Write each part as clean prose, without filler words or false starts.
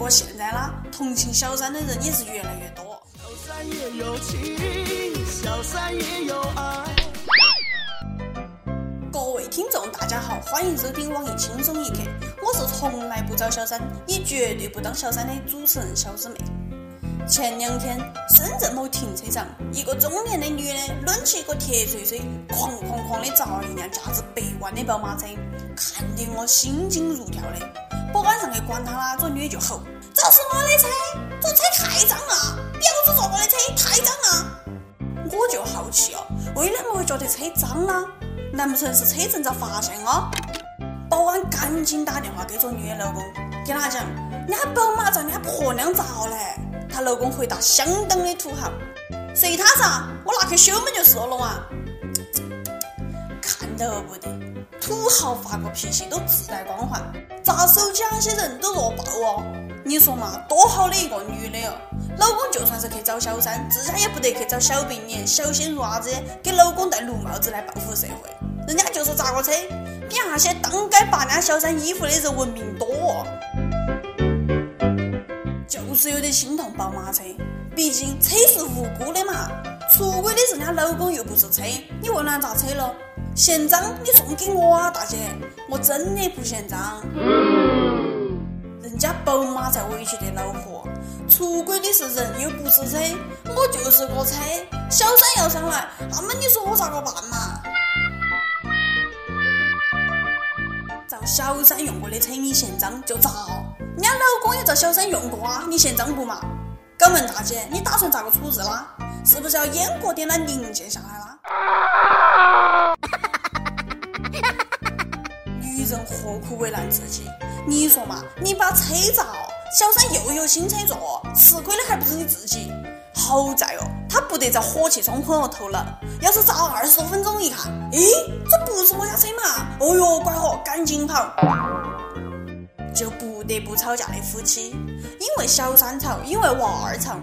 过现在啦，同情小三的人也是越来越多。 小三也有情，小三也有爱。 各位听众大家好，欢迎收听网易轻松一刻，我是从来不找小三也绝对不当小三的主持人小师妹。前2天，深圳某停车场，一个中年的女的抡起一个铁锤锤，哐的砸了一辆价值100万的宝马车，看得我心惊肉跳的。保安上去管他啦，这女的就吼：“这是我的车，这车太脏了，标子坐过的车太脏了。”我就好奇哦，为什么会觉得车脏呢？难不成是车证遭发现哦？保安赶紧打电话给这女的老公，跟他讲：“人家宝马遭人家婆娘砸了。”她老公回答相当的土豪：“随他噻，我拿去修嘛就是了嘛。”看到不得，土豪发个脾气都自带光环，砸手机那些人都弱爆哦。你说嘛，多好的一个女的哦！老公就算是去找小三，自家也不得去找小白脸、小鲜肉啥子，给老公戴绿帽子来报复社会。人家就是砸个车，比那些当该扒人家小三衣服的人文明多哦。就是有点心疼宝马车，毕竟车是无辜的嘛。出轨的是人家老公，又不是车，你为难砸车了？嫌脏你送给我啊，大姐，我真的不嫌脏。人家宝马才委屈得恼火，出轨的是人又不是车，我就是个车，小三要上来，那么你说我咋个办嘛？找小三用过的车你嫌脏就砸，人家老公也找小三用过啊，你嫌脏不嘛？敢问大姐，你打算咋个处置啦？是不是要阉割点来零件下来啦？女人何苦为难自己？你说嘛，你把车砸，小三又有新车坐，吃亏的还不是你自己？好在哦，他不得在火气冲昏了头脑。要是砸20多分钟一看，诶，这不是我家车嘛？哦哟，乖哦，赶紧跑！就不得不吵架的夫妻，因为小三吵，因为娃儿吵。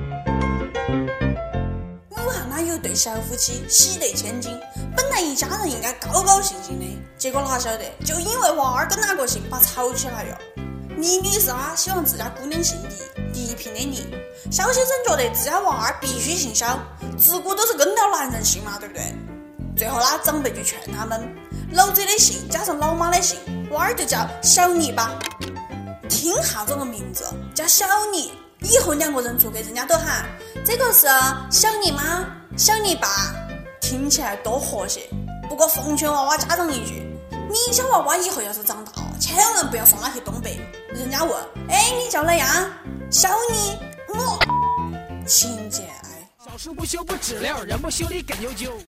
武汉那有对小夫妻喜得千金，本来一家人应该高高兴兴的，结果哪晓得，就因为娃儿跟哪个姓，把吵起来哟。李女士啊，希望自家姑娘姓李，地平的李。肖先生觉得自家娃儿必须姓肖，自古都是跟了男人姓嘛，对不对？最后啦，长辈就劝他们，老者的姓加上老妈的姓，娃儿就叫小李吧。听下这个名字叫小李，以后2个人出去，人家都喊这个是小李妈、小李爸，听起来多和谐。不过奉劝娃娃家长一句，你小娃娃以后要是长大了，千万不要送他去东北。人家问，哎，你叫哪样？小李，我勤俭爱。 小树不修不知了，人不修理更悠久。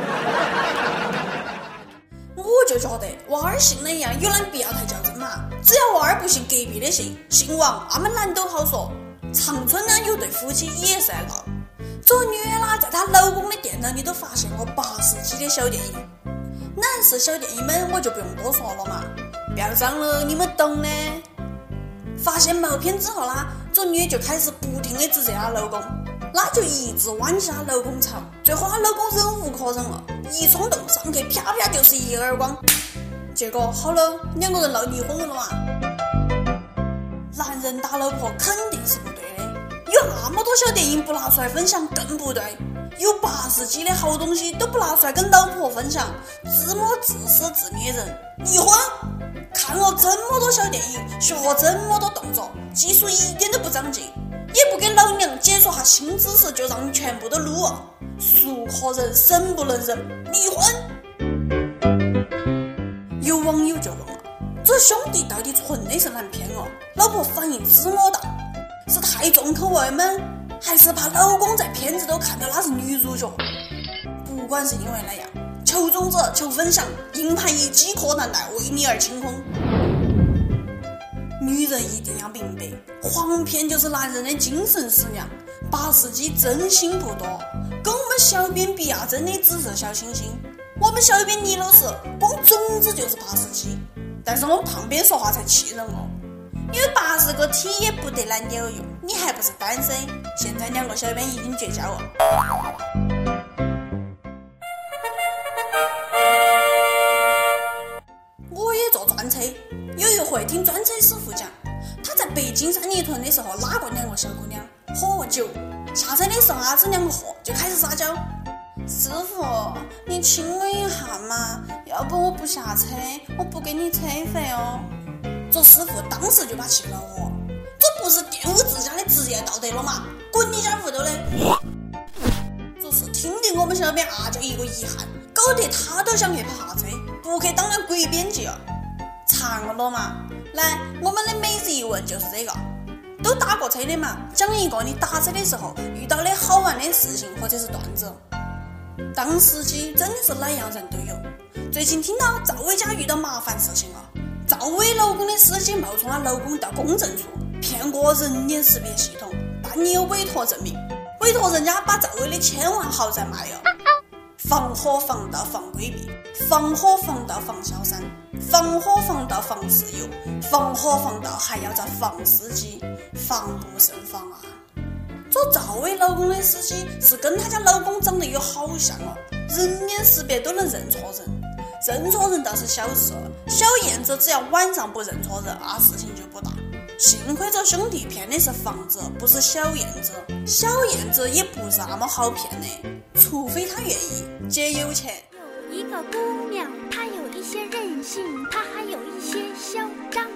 我就觉得娃儿姓哪样有哪必要太较真嘛？只要娃儿不姓隔壁的姓，姓王，那么难都好说。长春呢有对夫妻也是那个，这女的啦，在她老公的电脑里都发现过80集的小电影。男士小电影们我就不用多说了嘛，不要脏了，你们懂的。发现毛片之后啦，这女的就开始不停的指责她老公，那就一直挽起她老公吵，最后她老公忍无可忍了，一冲动上去啪啪就是一耳光，结果好了，2个人闹离婚了嘛。男人打老婆肯定是不对的，有那么多小电影不拿出来分享更不对，有80集的好东西都不拿出来跟老婆分享，自摸自私自虐人，离婚！看了这么多小电影，学了这么多动作，技术一点都不长进，也不给老娘解说下新知识，就让全部都撸了，孰可忍神不能忍，离婚！有网友就问了，这兄弟到底纯的是难骗哦？老婆反应这么大，是太重口味吗？还是怕老公在片子都看到那是女主角？不管是因为哪样，求种子求分享，硬盘以饥渴难耐，为你而清空。女人一定要明白，黄片就是男人的精神食粮，80集真心不多，跟我们小编比亚真的只是小星星。我们小编倪老师光种子就是80集，但是我们胖编说话才气人哦，因为80个 T 也不得男的有用，你还不是单身。现在2个小编已经绝交了。我也坐专车，有一回听专车师傅讲，他在北京三里屯的时候拉过2个小姑娘喝酒，下车的时候这2个货就开始撒娇。师傅，你亲我一下嘛，要不我不下车，我不给你车费哦。这师傅当时就把气恼火，这不是玷污自家的职业道德了吗？滚你家屋头的！这是听得我们小编就一个遗憾，搞得他都想去跑下车，不去当了国编辑了。长了嘛？来，我们的每日一问就是这个。都打过车的嘛，讲一个你打车的时候遇到的好玩的事情或者是段子。当司机真的是哪样人都有。最近听到赵薇家遇到麻烦事情了，赵薇老公的司机冒充了老公到公证处，骗过人脸识别系统，办理有委托证明，委托人家把赵薇的1000万豪宅卖了。防火防盗防规避，防火防盗防小三，防火防盗防室友，防火防盗还要找防司机，防不胜防啊！这赵薇老公的司机是跟他家老公长得有好像哦，人脸识别都能认错人，认错人倒是小事，小燕子只要晚上不认错人事情就不大。幸亏这兄弟骗的是房子，不是小燕子，小燕子也不是那么好骗的，除非他愿意借有钱。 有一个姑娘，她有一些任性，她还有一些嚣张。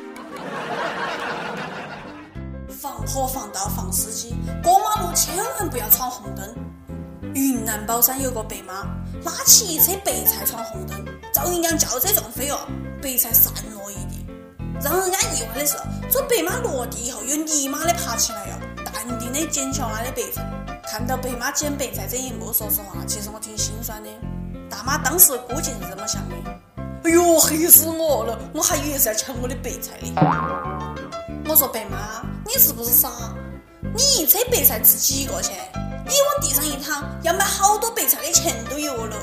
防火防盗防司机，过马路千万不要闯红灯。云南保山有个白妈拉起一车白菜闯红灯，遭一辆轿车撞飞了，白菜散落一地。让人家意外的是，这白妈落地以后又立马的爬起来了，淡定的捡起了她的白菜。看到白妈捡白菜这一幕，说实话，其实我挺心酸的。大妈当时估计是这么想的：哎呦，黑死我了，我还以为是要抢我的白菜的。我说白妈，你是不是傻？你一车白菜值几个钱？你往地上一躺，要买好多白菜的钱都有了。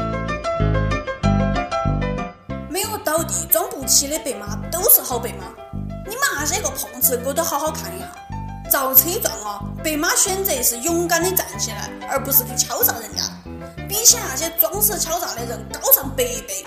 没有倒地装不起的白妈都是好白妈。你们那些个碰瓷狗都好好看一下，遭车撞白妈选择是勇敢的站起来，而不是去敲诈人家，比起那些装死敲诈的人高上100倍。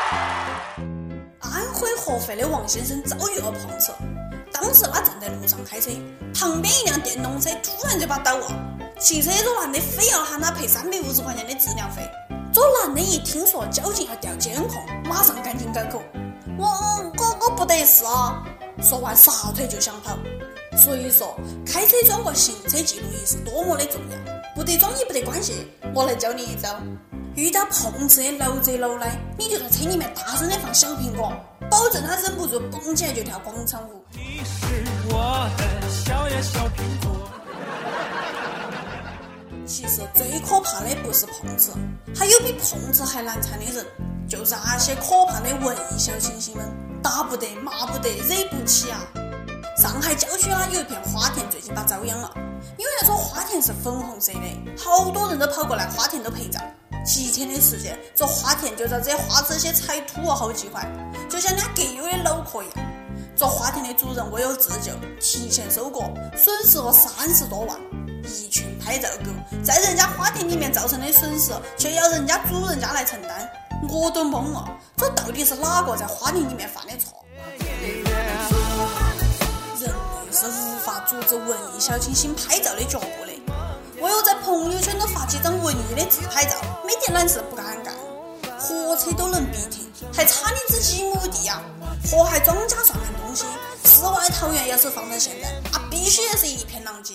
安徽合肥的王先生遭遇了碰瓷，当时他正在路上开车，旁边一辆电动车突然就把倒了，汽车这男的非要喊他赔350块钱的质量费。这男的一听说交警要调监控，马上赶紧改口：我不得事啊！说完撒腿就想跑。所以说，开车装个行车记录仪是多么的重要。不得装也不得关系，我来教你一招。遇到碰瓷的老贼老赖，你就在车里面大声的放小苹果，保证他忍不住蹦起来就跳广场舞。 你是我的小呀小苹果。 其实最可怕的不是碰瓷，还有比碰瓷还难缠的人，就是那些可怕的文艺小清新们，打不得骂不得惹不起啊！上海郊区有一片花田最近把遭殃了，因为那所花田是粉红色的，好多人都跑过来花田都陪葬。几天的时间，这花田就在这花枝些踩秃了好几块，就像俩给油的脑壳一样。这花田的主人为了自救，提前收割，损失了30多万。一群拍照狗在人家花田里面造成的损失，却要人家主人家来承担，我都懵了，这到底是哪个在花田里面犯的错？人类是无法阻止文艺小清新拍照的脚步的。我有在朋友圈都发几张文艺的自拍照，没点难事不敢干。货车都能逼停，还差你只几亩地啊！祸害庄稼算盘东西，世外桃源要是放在现在必须也是一片狼藉。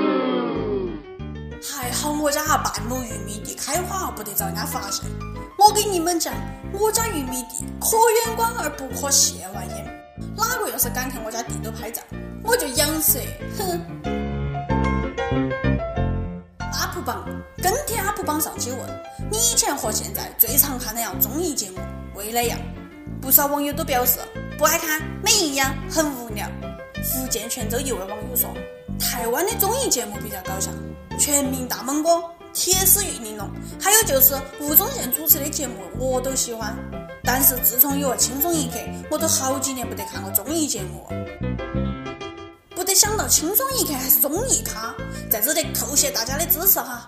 还好我家半亩玉米地开花不得遭人家发现。我给你们讲，我家玉米地可远观而不可亵玩焉。哪个要是敢看我家地都拍照，我就养蛇！哼。UP 榜跟帖 UP 榜上去问：你以前和现在最常看的样综艺节目为哪样？不少网友都表示不爱看，没营养，很无聊。福建泉州一位网友说：台湾的综艺节目比较搞笑，全民大闷锅、铁丝玉玲珑，还有就是吴宗宪主持的节目我都喜欢。但是自从有了轻松一刻，我都好几年不得看过综艺节目。不得想到轻松一刻还是综艺咖，在这里叩谢大家的支持哈。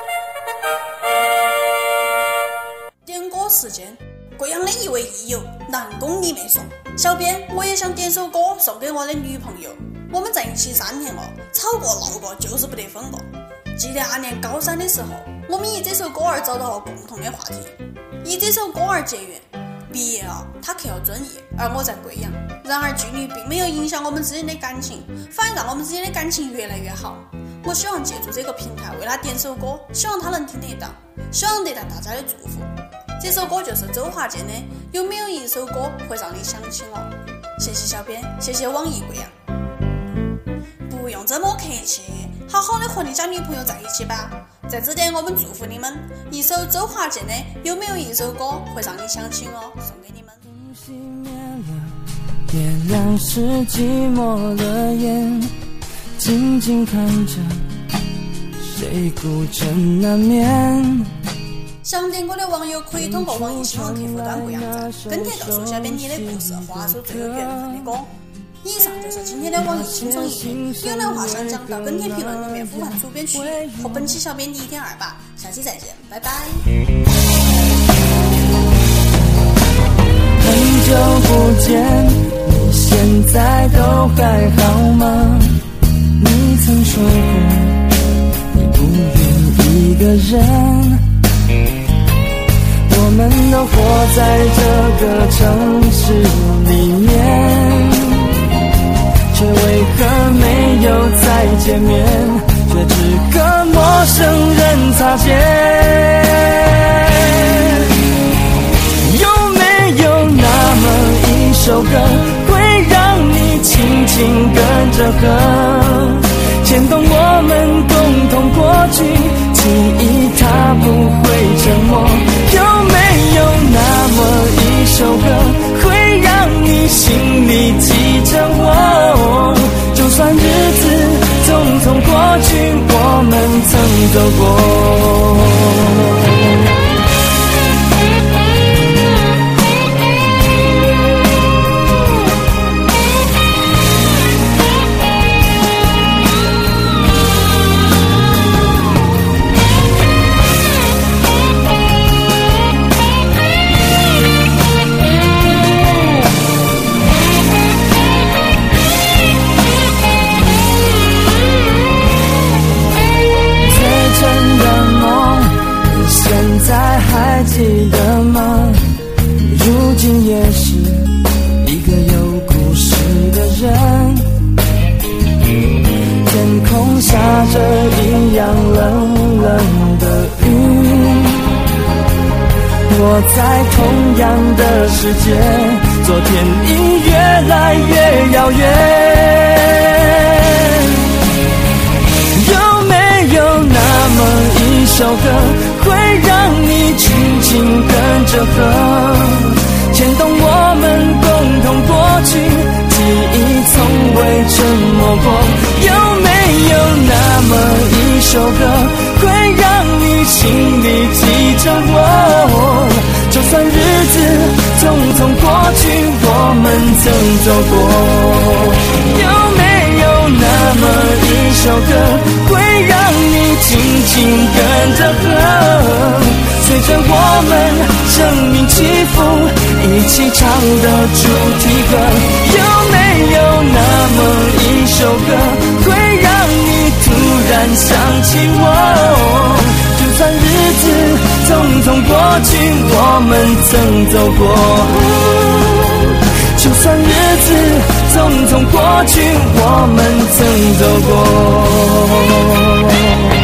点歌时间，贵阳的一位益友南宫你妹说，小编我也想点首歌送给我的女朋友，我们在一起3年了，吵过闹过就是不得分过。记得2年高3的时候，我们以这首歌而找到了共同的话题，以这首歌而结缘。毕业了，他去了遵义，而我在贵阳。然而距离并没有影响我们之间的感情，反而让我们之间的感情越来越好。我希望借助这个平台为他点首歌，希望他能听得到，希望得到大家的祝福。这首歌就是周华健的《有没有一首歌会让你想起我》。谢谢小编，谢谢网易贵阳。不用这么客气，好好的和你家女朋友在一起吧。在这点我们祝福你们，一首周华健的《有没有一首歌会让你想起我》送给你们。 熄灭了，月亮是寂寞的眼，静静看着谁孤枕难眠。 想点歌的网友可以通过网易新闻客户端贵阳站跟帖告诉小编你的故事或首最有缘分的歌。以上就是今天的网易轻松一刻，有人话想讲到跟帖评论里面呼唤主编曲和本期小编你1点2吧，下期再见，拜拜。 很久不见，你现在都还好吗？你曾说过你不愿一个人，我们都活在这个城市里面，却为何没有再见面，却只跟陌生人擦肩。有没有那么一首歌，会让你轻轻跟着和，牵动我们共同过去，记忆它不会沉默。有没有那么一首歌，会让你心里记着我，就算日子匆匆过去，我们曾走过。还记得吗？如今也是一个有故事的人，天空下着一样冷冷的雨，我在同样的世界，昨天已越来越遥远。有没有那么一首歌，会让你轻轻跟着和，牵动我们共同过去，记忆从未沉默过。有没有那么一首歌，会让你心里记着我，就算日子匆匆过去，我们曾走过。有没有那么一首歌，会让你轻轻跟着和，随着我们生命起伏，一起唱的主题歌。有没有那么一首歌，会让你突然想起我，就算日子匆匆过去，我们曾走过。就算日子匆匆过去，我们曾走过。